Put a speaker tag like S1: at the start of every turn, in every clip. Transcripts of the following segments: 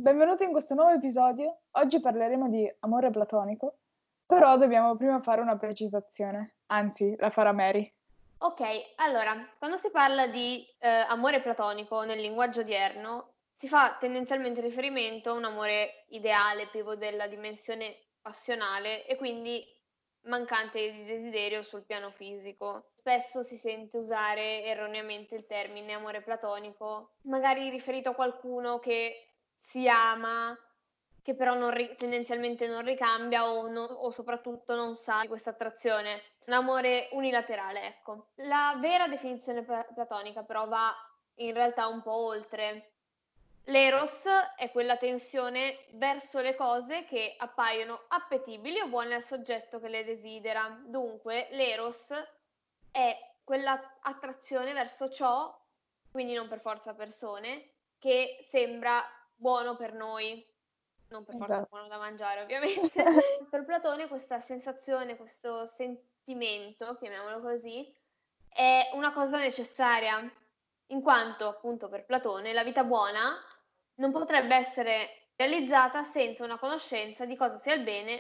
S1: Benvenuti in questo nuovo episodio. Oggi parleremo di amore platonico, però dobbiamo prima fare una precisazione, anzi, la farà Mary.
S2: Ok, allora, quando si parla di amore platonico nel linguaggio odierno, si fa tendenzialmente riferimento a un amore ideale, privo della dimensione passionale e quindi mancante di desiderio sul piano fisico. Spesso si sente usare erroneamente il termine amore platonico, magari riferito a qualcuno che si ama, che però tendenzialmente non ricambia o soprattutto non sa di questa attrazione. Un amore unilaterale, ecco. La vera definizione platonica però va in realtà un po' oltre. L'eros è quella tensione verso le cose che appaiono appetibili o buone al soggetto che le desidera. Dunque, l'eros è quella attrazione verso ciò, quindi non per forza persone, che sembra buono per noi. Non per forza
S1: Esatto.
S2: buono da mangiare, ovviamente. Per Platone questa sensazione, questo sentimento, chiamiamolo così, è una cosa necessaria, in quanto appunto per Platone la vita buona non potrebbe essere realizzata senza una conoscenza di cosa sia il bene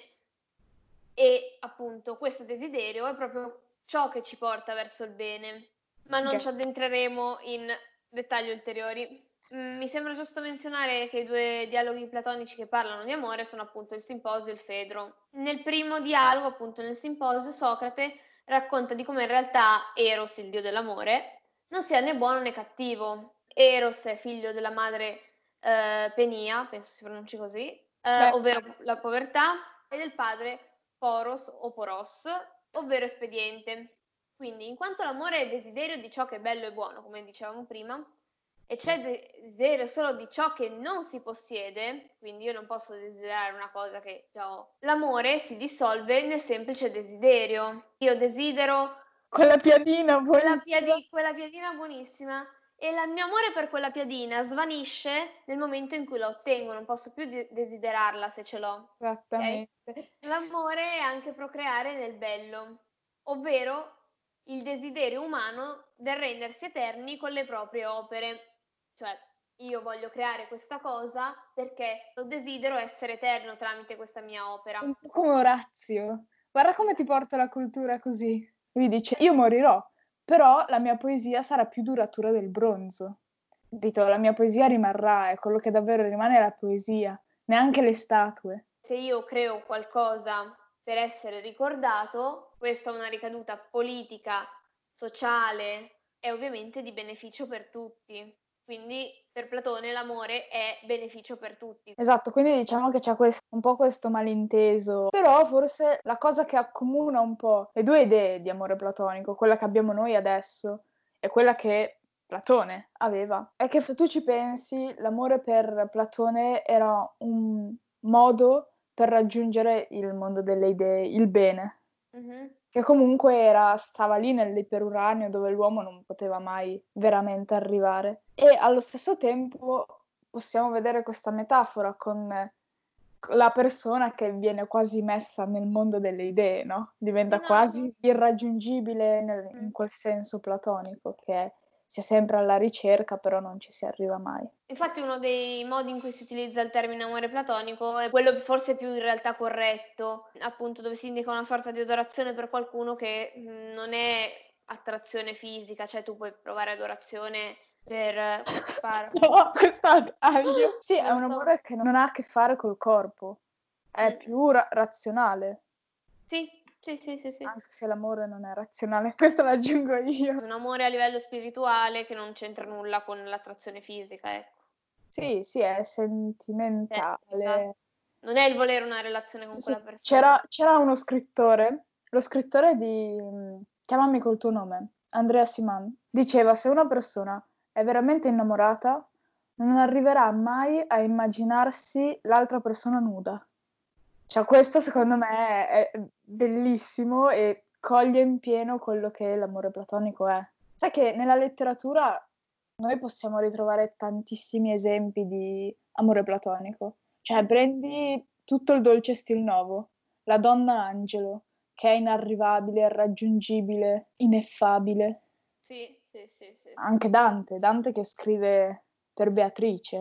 S2: e appunto questo desiderio è proprio ciò che ci porta verso il bene, ma non ci addentreremo in dettagli ulteriori. Mi sembra giusto menzionare che i due dialoghi platonici che parlano di amore sono appunto il Simposio e il Fedro. Nel primo dialogo, appunto nel Simposio, Socrate racconta di come in realtà Eros, il dio dell'amore, non sia né buono né cattivo. Eros è figlio della madre Penia, penso si pronunci così, ovvero la povertà, e del padre Poros o Poros, ovvero espediente. Quindi, in quanto l'amore è desiderio di ciò che è bello e buono, come dicevamo prima, e c'è desiderio solo di ciò che non si possiede, quindi io non posso desiderare una cosa che già ho, l'amore si dissolve nel semplice desiderio. Io desidero
S1: Quella piadina
S2: quella
S1: buonissima.
S2: piadina buonissima e il mio amore per quella piadina svanisce nel momento in cui la ottengo, non posso più desiderarla se ce l'ho. Ok?
S1: Esattamente.
S2: L'amore è anche procreare nel bello, ovvero il desiderio umano del rendersi eterni con le proprie opere. Cioè, io voglio creare questa cosa perché desidero essere eterno tramite questa mia opera.
S1: Un po' come Orazio. Guarda come ti porta la cultura così. Lui dice, io morirò, però la mia poesia sarà più duratura del bronzo. Capito? La mia poesia rimarrà, e quello che davvero rimane è la poesia, neanche le statue.
S2: Se io creo qualcosa per essere ricordato, questa ha una ricaduta politica, sociale e ovviamente di beneficio per tutti. Quindi per Platone l'amore è beneficio per tutti.
S1: Esatto, quindi diciamo che c'è un po' questo malinteso, però forse la cosa che accomuna un po' le due idee di amore platonico, quella che abbiamo noi adesso e quella che Platone aveva, è che se tu ci pensi, l'amore per Platone era un modo per raggiungere il mondo delle idee, il bene, che comunque stava lì nell'iperuranio dove l'uomo non poteva mai veramente arrivare. E allo stesso tempo possiamo vedere questa metafora con la persona che viene quasi messa nel mondo delle idee, no? Diventa quasi irraggiungibile in quel senso platonico, che si è sempre alla ricerca, però non ci si arriva mai.
S2: Infatti uno dei modi in cui si utilizza il termine amore platonico è quello forse più in realtà corretto, appunto dove si indica una sorta di adorazione per qualcuno che non è attrazione fisica, cioè tu puoi provare adorazione per cosa sparo?
S1: No, questo taglio. Sì, è
S2: Non
S1: un
S2: so.
S1: amore che non ha a che fare col corpo, è più razionale,
S2: Sì, sì.
S1: anche se l'amore non è razionale, questo l'aggiungo io.
S2: Un amore a livello spirituale che non c'entra nulla con l'attrazione fisica, ecco.
S1: Sì, è
S2: Esatto.
S1: sentimentale.
S2: Non è il volere una relazione con
S1: Sì,
S2: quella persona.
S1: c'era uno scrittore, lo scrittore di Chiamami col tuo nome, Andrea Siman, diceva: se una persona è veramente innamorata, non arriverà mai a immaginarsi l'altra persona nuda. Cioè, questo secondo me è bellissimo e coglie in pieno quello che l'amore platonico è. Sai che nella letteratura noi possiamo ritrovare tantissimi esempi di amore platonico. Cioè, prendi tutto il dolce stil novo, la donna angelo, che è inarrivabile, irraggiungibile, ineffabile.
S2: Sì.
S1: Anche Dante che scrive per Beatrice.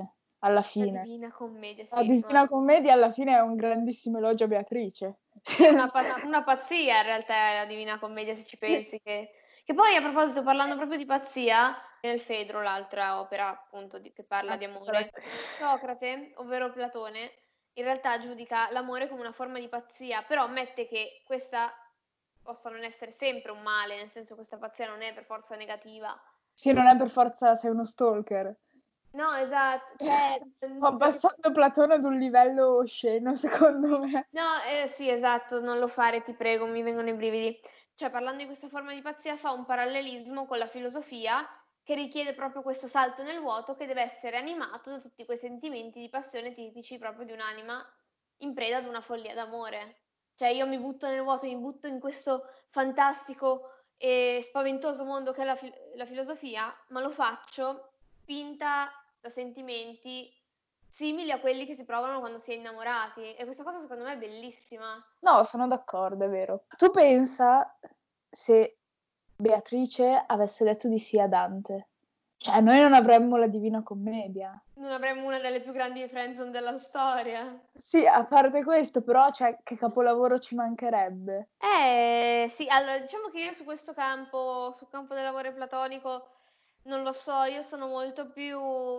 S1: alla
S2: La
S1: fine.
S2: Divina Commedia,
S1: La
S2: sì,
S1: Divina Commedia alla fine è un grandissimo elogio a Beatrice.
S2: sì, una pazzia in realtà è la Divina Commedia, se ci pensi che poi, a proposito, parlando proprio di pazzia, nel Fedro, l'altra opera appunto che parla di amore, Socrate, ovvero Platone, in realtà giudica l'amore come una forma di pazzia, però ammette che questa possa non essere sempre un male, nel senso questa pazzia non è per forza negativa.
S1: Sì, non è per forza sei uno stalker.
S2: No, esatto, cioè,
S1: Passando Platone ad un livello osceno, secondo me.
S2: no, sì, esatto, non lo fare, ti prego, mi vengono i brividi. Cioè, parlando di questa forma di pazzia, fa un parallelismo con la filosofia che richiede proprio questo salto nel vuoto che deve essere animato da tutti quei sentimenti di passione tipici proprio di un'anima in preda ad una follia d'amore. Cioè, io mi butto nel vuoto, mi butto in questo fantastico e spaventoso mondo che è la filosofia, ma lo faccio spinta da sentimenti simili a quelli che si provano quando si è innamorati, e questa cosa secondo me è bellissima.
S1: No, sono d'accordo, è vero. Tu pensa se Beatrice avesse detto di sì a Dante. Cioè, noi non avremmo la Divina Commedia.
S2: Non avremmo una delle più grandi friendzone della storia.
S1: Sì, a parte questo, però, cioè, che capolavoro ci mancherebbe?
S2: Sì, allora diciamo che io su questo campo, sul campo dell'amore platonico, non lo so, io sono molto più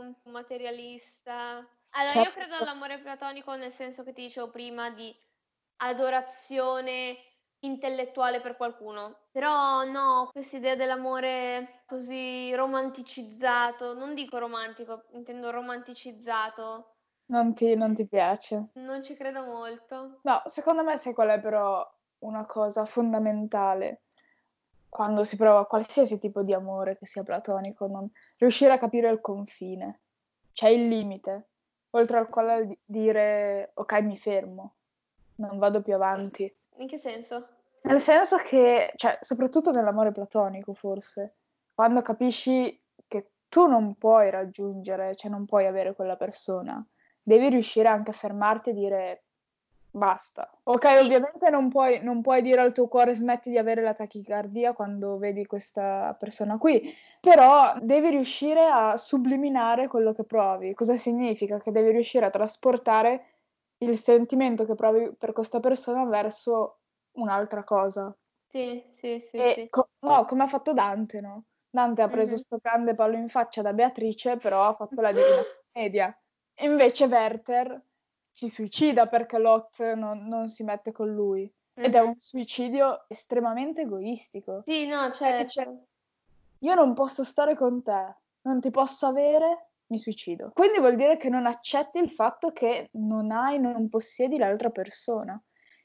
S2: materialista. Allora, io credo
S1: Certo.
S2: all'amore platonico nel senso che ti dicevo prima di adorazione intellettuale per qualcuno. Però no, questa idea dell'amore così romanticizzato, non dico romantico, intendo romanticizzato,
S1: Non ti piace?
S2: non ci credo molto.
S1: No, secondo me sai qual è però una cosa fondamentale quando si prova qualsiasi tipo di amore, che sia platonico, non riuscire a capire il confine. C'è il limite, oltre al quale dire: "Okay, mi fermo, non vado più avanti".
S2: In che senso?
S1: Nel senso che cioè, soprattutto nell'amore platonico forse, quando capisci che tu non puoi raggiungere, cioè non puoi avere quella persona, devi riuscire anche a fermarti e dire: "Basta". Okay,
S2: Sì,
S1: ovviamente non puoi dire al tuo cuore: "Smetti di avere la tachicardia" quando vedi questa persona qui, però devi riuscire a subliminare quello che provi. Cosa significa? Che devi riuscire a trasportare il sentimento che provi per questa persona verso un'altra cosa.
S2: sì, sì, sì,
S1: E
S2: sì.
S1: no, come ha fatto Dante, no, Dante ha preso
S2: Mhm.
S1: 'sto grande palo in faccia da Beatrice, però ha fatto la Divina Commedia. E invece Werther si suicida perché Lot non si mette con lui. Ed è un
S2: Mhm.
S1: suicidio estremamente egoistico.
S2: Sì, no,
S1: E dice:
S2: certo.
S1: "Io non posso stare con te, non ti posso avere, mi suicido". Quindi vuol dire che non accetti il fatto che non possiedi l'altra persona.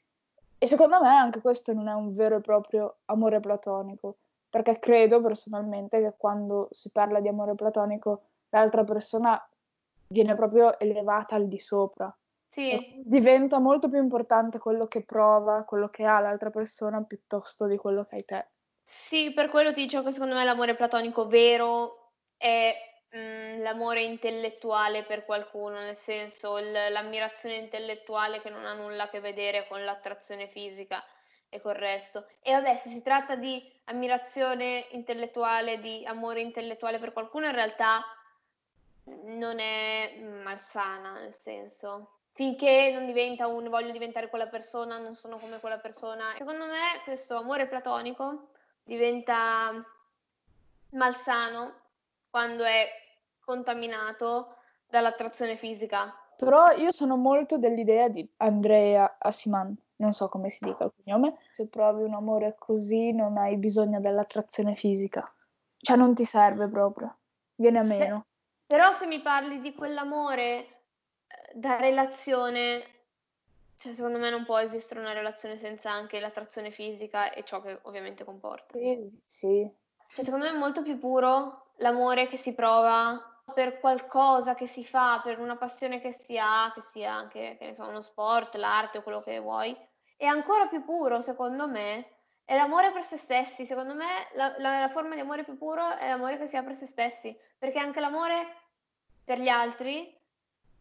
S1: E secondo me anche questo non è un vero e proprio amore platonico, perché credo personalmente che quando si parla di amore platonico l'altra persona viene proprio elevata al di sopra e
S2: Sì,
S1: quindi diventa molto più importante quello che prova, quello che ha l'altra persona piuttosto di quello che hai te.
S2: sì, per quello ti dicevo che secondo me l'amore platonico vero è, l'amore intellettuale per qualcuno, nel senso l'ammirazione intellettuale che non ha nulla a che vedere con l'attrazione fisica e col resto. E vabbè, se si tratta di ammirazione intellettuale, di amore intellettuale per qualcuno, in realtà non è malsana, nel senso, finché non diventa un voglio diventare quella persona, non sono come quella persona. Secondo me questo amore platonico diventa malsano quando è contaminato dall'attrazione fisica.
S1: Però io sono molto dell'idea di Andrea Assiman, non so come si dica il cognome, se provi un amore così non hai bisogno dell'attrazione fisica, cioè non ti serve proprio, viene a
S2: Beh,
S1: meno.
S2: però se mi parli di quell'amore da relazione, cioè secondo me non può esistere una relazione senza anche l'attrazione fisica e ciò che ovviamente comporta.
S1: Sì, sì.
S2: Cioè, secondo me è molto più puro l'amore che si prova per qualcosa che si fa, per una passione che si ha, che sia anche, che ne so, uno sport, l'arte o quello che vuoi. E ancora più puro, secondo me, è l'amore per se stessi. Secondo me la forma di amore più puro è l'amore che si ha per se stessi, perché anche l'amore per gli altri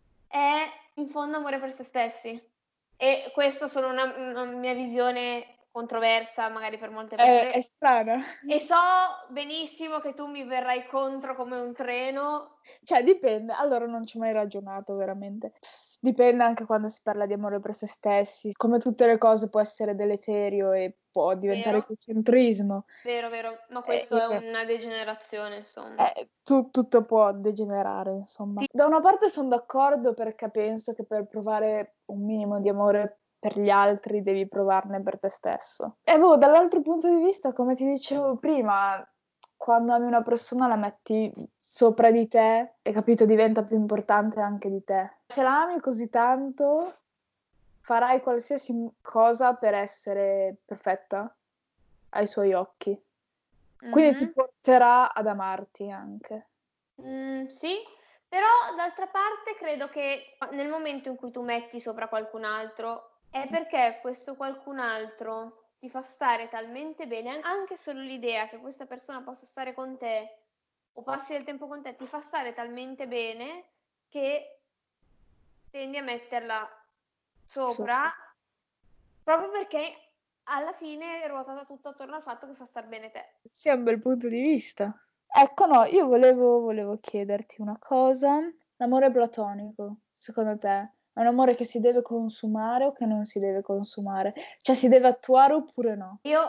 S2: è in fondo amore per se stessi. E questo sono una mia visione controversa magari per molte persone.
S1: È strana.
S2: E so benissimo che tu mi verrai contro come un treno.
S1: Cioè, dipende. Allora, non ci ho mai ragionato, veramente. Dipende anche quando si parla di amore per se stessi. Come tutte le cose può essere deleterio e può diventare
S2: Vero,
S1: egocentrismo.
S2: vero, ma questo è una degenerazione, insomma.
S1: Tutto può degenerare, insomma.
S2: Sì.
S1: Da una parte sono d'accordo perché penso che per provare un minimo di amore per gli altri devi provarne per te stesso. E dall'altro punto di vista, come ti dicevo prima, quando ami una persona la metti sopra di te e capito diventa più importante anche di te. Se la ami così tanto, farai qualsiasi cosa per essere perfetta ai suoi occhi. Quindi ti porterà ad amarti anche.
S2: Sì, però d'altra parte credo che nel momento in cui tu metti sopra qualcun altro è perché questo qualcun altro ti fa stare talmente bene, anche solo l'idea che questa persona possa stare con te o passi del tempo con te ti fa stare talmente bene che tendi a metterla sopra proprio perché alla fine è ruotata tutto attorno al fatto che fa star bene te.
S1: Sì, è un bel punto di vista. Ecco, no, io volevo chiederti una cosa. L'amore platonico, secondo te, è un amore che si deve consumare o che non si deve consumare? Cioè, si deve attuare oppure no?
S2: Io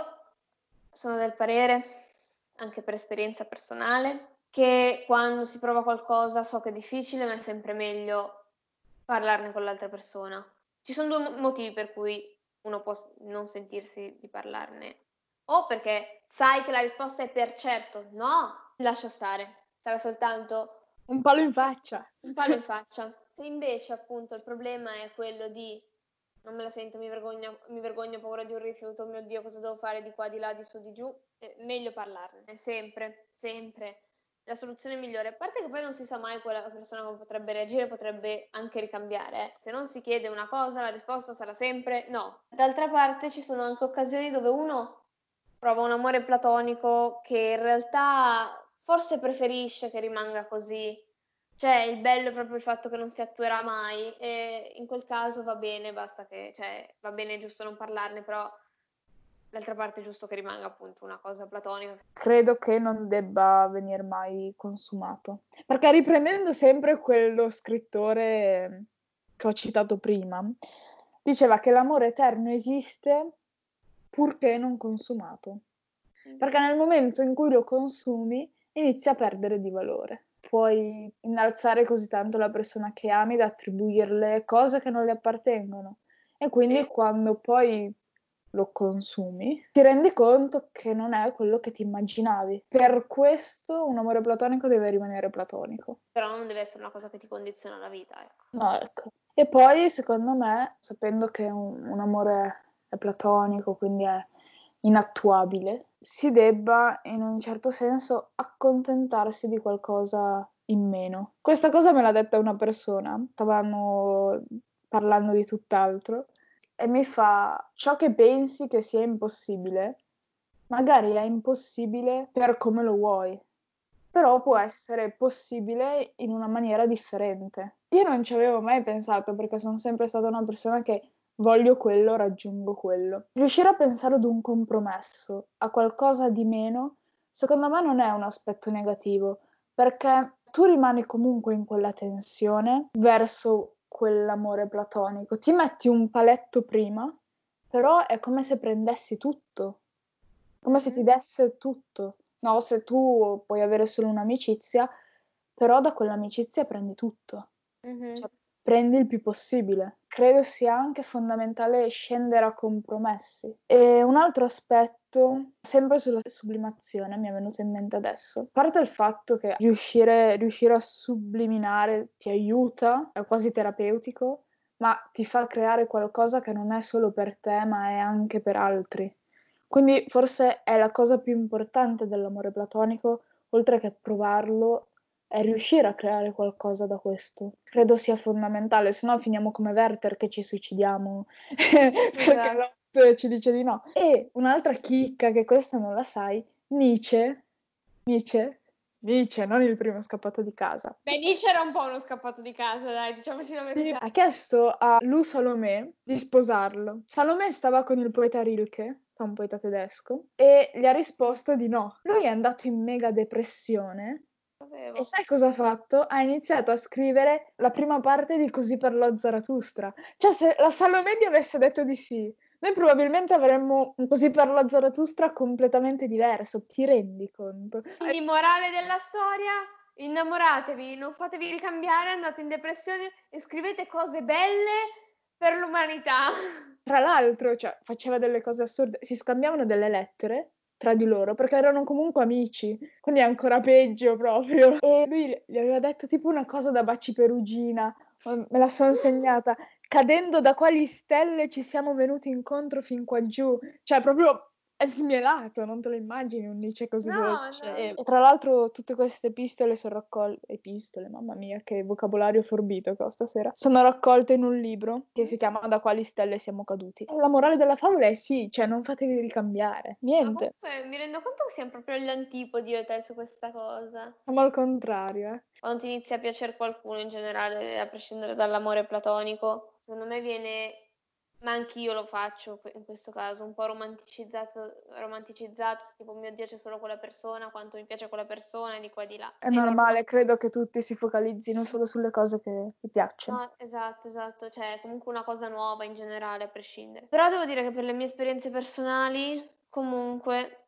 S2: sono del parere, anche per esperienza personale, che quando si prova qualcosa so che è difficile, ma è sempre meglio parlarne con l'altra persona. Ci sono due motivi per cui uno può non sentirsi di parlarne. O perché sai che la risposta è per certo no, lascia stare, sarà soltanto
S1: un palo in faccia.
S2: Un palo in faccia. Se invece appunto il problema è quello di non me la sento, mi vergogno, ho paura di un rifiuto, mio Dio, cosa devo fare di qua, di là, di su, di giù, meglio parlarne, sempre, sempre. La soluzione migliore, a parte che poi non si sa mai quella persona come potrebbe reagire, potrebbe anche ricambiare. Se non si chiede una cosa, la risposta sarà sempre no. D'altra parte ci sono anche occasioni dove uno prova un amore platonico che in realtà forse preferisce che rimanga così. Cioè, il bello è proprio il fatto che non si attuerà mai e in quel caso va bene, basta che, cioè, va bene giusto non parlarne, però d'altra parte è giusto che rimanga appunto una cosa platonica.
S1: Credo che non debba venire mai consumato. Perché riprendendo sempre quello scrittore che ho citato prima, diceva che l'amore eterno esiste purché non consumato. Perché nel momento in cui lo consumi inizia a perdere di valore. Puoi innalzare così tanto la persona che ami da attribuirle cose che non le appartengono. E quindi quando poi lo consumi, ti rendi conto che non è quello che ti immaginavi. Per questo un amore platonico deve rimanere platonico.
S2: Però non deve essere una cosa che ti condiziona la vita, ecco.
S1: No, ecco. E poi, secondo me, sapendo che un amore è platonico, quindi è inattuabile, si debba, in un certo senso, accontentarsi di qualcosa in meno. Questa cosa me l'ha detta una persona, stavamo parlando di tutt'altro, e mi fa: ciò che pensi che sia impossibile, magari è impossibile per come lo vuoi, però può essere possibile in una maniera differente. Io non ci avevo mai pensato perché sono sempre stata una persona che voglio quello, raggiungo quello. Riuscire a pensare ad un compromesso, a qualcosa di meno, secondo me non è un aspetto negativo, perché tu rimani comunque in quella tensione verso quell'amore platonico. Ti metti un paletto prima, però è come se prendessi tutto, come se ti desse tutto. No, se tu puoi avere solo un'amicizia, però da quell'amicizia prendi tutto. Cioè, prendi il più possibile. Credo sia anche fondamentale scendere a compromessi. E un altro aspetto, sempre sulla sublimazione, mi è venuto in mente adesso. A parte il fatto che riuscire a subliminare ti aiuta, è quasi terapeutico, ma ti fa creare qualcosa che non è solo per te, ma è anche per altri. Quindi forse è la cosa più importante dell'amore platonico, oltre che provarlo, è riuscire a creare qualcosa da questo. Credo sia fondamentale, se no finiamo come Werther che ci suicidiamo perché Lot ci dice di no. E un'altra chicca, che questa non la sai, Nietzsche, non il primo scappato di casa.
S2: Beh, Nietzsche era un po' uno scappato di casa, dai, diciamoci la verità.
S1: Ha chiesto a Lou Salomé di sposarlo. Salomé stava con il poeta Rilke, che è un poeta tedesco, e gli ha risposto di no. Lui è andato in mega depressione e sai cosa ha fatto? Ha iniziato a scrivere la prima parte di Così parlò Zarathustra. Cioè, se la Salomè gli avesse detto di sì, noi probabilmente avremmo un Così parlò Zarathustra completamente diverso, ti rendi conto?
S2: Quindi, morale della storia, innamoratevi, non fatevi ricambiare, andate in depressione e scrivete cose belle per l'umanità.
S1: Tra l'altro, cioè, faceva delle cose assurde, si scambiavano delle lettere tra di loro perché erano comunque amici, quindi è ancora peggio proprio. E lui gli aveva detto tipo una cosa da Baci Perugina, me la sono segnata, cadendo da quali stelle ci siamo venuti incontro fin qua giù, cioè proprio è smielato, non te lo immagini un Nietzsche così
S2: No,
S1: dolce.
S2: no.
S1: E tra l'altro tutte queste epistole sono raccolte, epistole, mamma mia che vocabolario forbito che ho stasera, sono raccolte in un libro che si chiama Da quali stelle siamo caduti. E la morale della favola è sì, cioè non fatevi ricambiare,
S2: Ma
S1: niente,
S2: comunque mi rendo conto che siamo proprio agli antipodi io e te su questa cosa.
S1: siamo al contrario, eh.
S2: Quando ti inizia a piacere qualcuno in generale, a prescindere dall'amore platonico, secondo me viene, ma anch'io lo faccio in questo caso, un po' romanticizzato, tipo mio Dio c'è solo quella persona, quanto mi piace quella persona, di qua e di là.
S1: È normale, credo che tutti si focalizzino solo sulle cose che gli piacciono.
S2: No, esatto, cioè è comunque una cosa nuova in generale, a prescindere. Però devo dire che per le mie esperienze personali, comunque,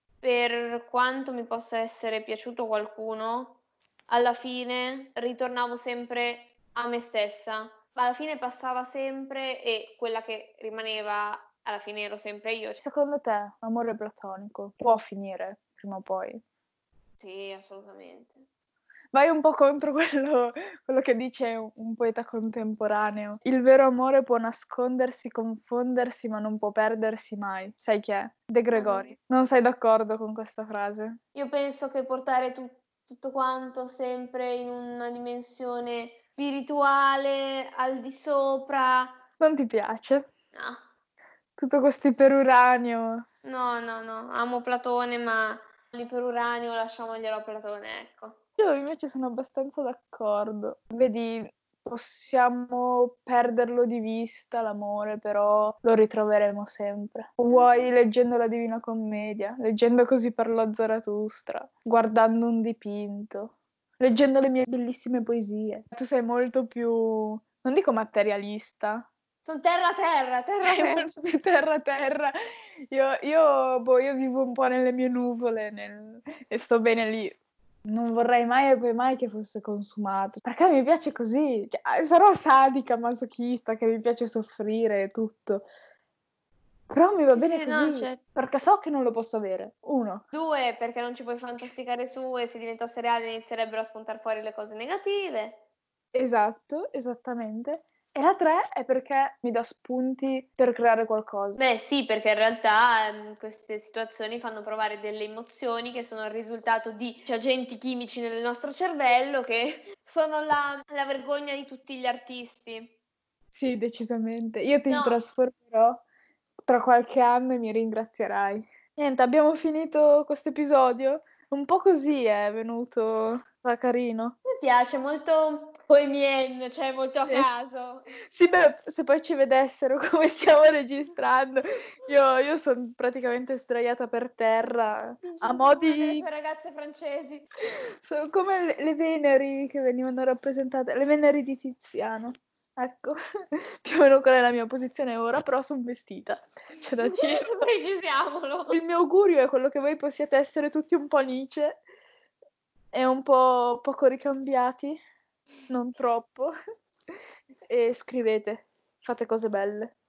S2: per quanto mi possa essere piaciuto qualcuno, alla fine ritornavo sempre a me stessa. Alla fine passava sempre e quella che rimaneva, alla fine ero sempre io.
S1: Secondo te, l'amore platonico può finire prima o poi?
S2: Sì, assolutamente.
S1: Vai un po' contro quello che dice un poeta contemporaneo. Il vero amore può nascondersi, confondersi, ma non può perdersi mai. Sai chi è? De Gregori. Non sei d'accordo con questa frase?
S2: Io penso che portare tutto quanto sempre in una dimensione spirituale, al di sopra,
S1: Non ti piace?
S2: no.
S1: Tutto questo iperuranio.
S2: No, amo Platone, ma l'iperuranio lasciamoglielo a Platone, ecco.
S1: Io invece sono abbastanza d'accordo. Vedi, possiamo perderlo di vista l'amore, però lo ritroveremo sempre. Vuoi leggendo la Divina Commedia, leggendo Così parlò Zarathustra, guardando un dipinto, leggendo le mie bellissime poesie. Tu sei molto più, non dico materialista,
S2: Sono terra
S1: sei
S2: terra.
S1: molto più terra. Io vivo un po' nelle mie nuvole e sto bene lì. Non vorrei mai e poi mai che fosse consumato, perché mi piace così. Cioè, sarò sadica, masochista, che mi piace soffrire e tutto. Però mi va bene
S2: Sì,
S1: così,
S2: no, certo.
S1: perché so che non lo posso avere. 1.
S2: 2, perché non ci puoi fantasticare su e se diventasse reale inizierebbero a spuntar fuori le cose negative.
S1: Esatto, esattamente. E la 3 è perché mi dà spunti per creare qualcosa.
S2: Beh, sì, perché in realtà queste situazioni fanno provare delle emozioni che sono il risultato di agenti chimici nel nostro cervello che sono la vergogna di tutti gli artisti.
S1: Sì, decisamente. Io ti
S2: No,
S1: trasformerò tra qualche anno e mi ringrazierai. Niente, abbiamo finito questo episodio. Un po' così è venuto, va carino.
S2: mi piace molto bohemian, cioè molto a
S1: Sì.
S2: caso.
S1: Sì, beh, se poi ci vedessero come stiamo registrando, io sono praticamente sdraiata per terra, a
S2: Fingi come una delle
S1: modi.
S2: tue ragazze francesi.
S1: Sono come le Veneri che venivano rappresentate, le Veneri di Tiziano. Ecco, più o meno quella è la mia posizione ora, però sono vestita, c'è da dire.
S2: Precisiamolo.
S1: Il mio augurio è quello che voi possiate essere tutti un po' Nietzsche e un po' poco ricambiati, non troppo, e scrivete, fate cose belle.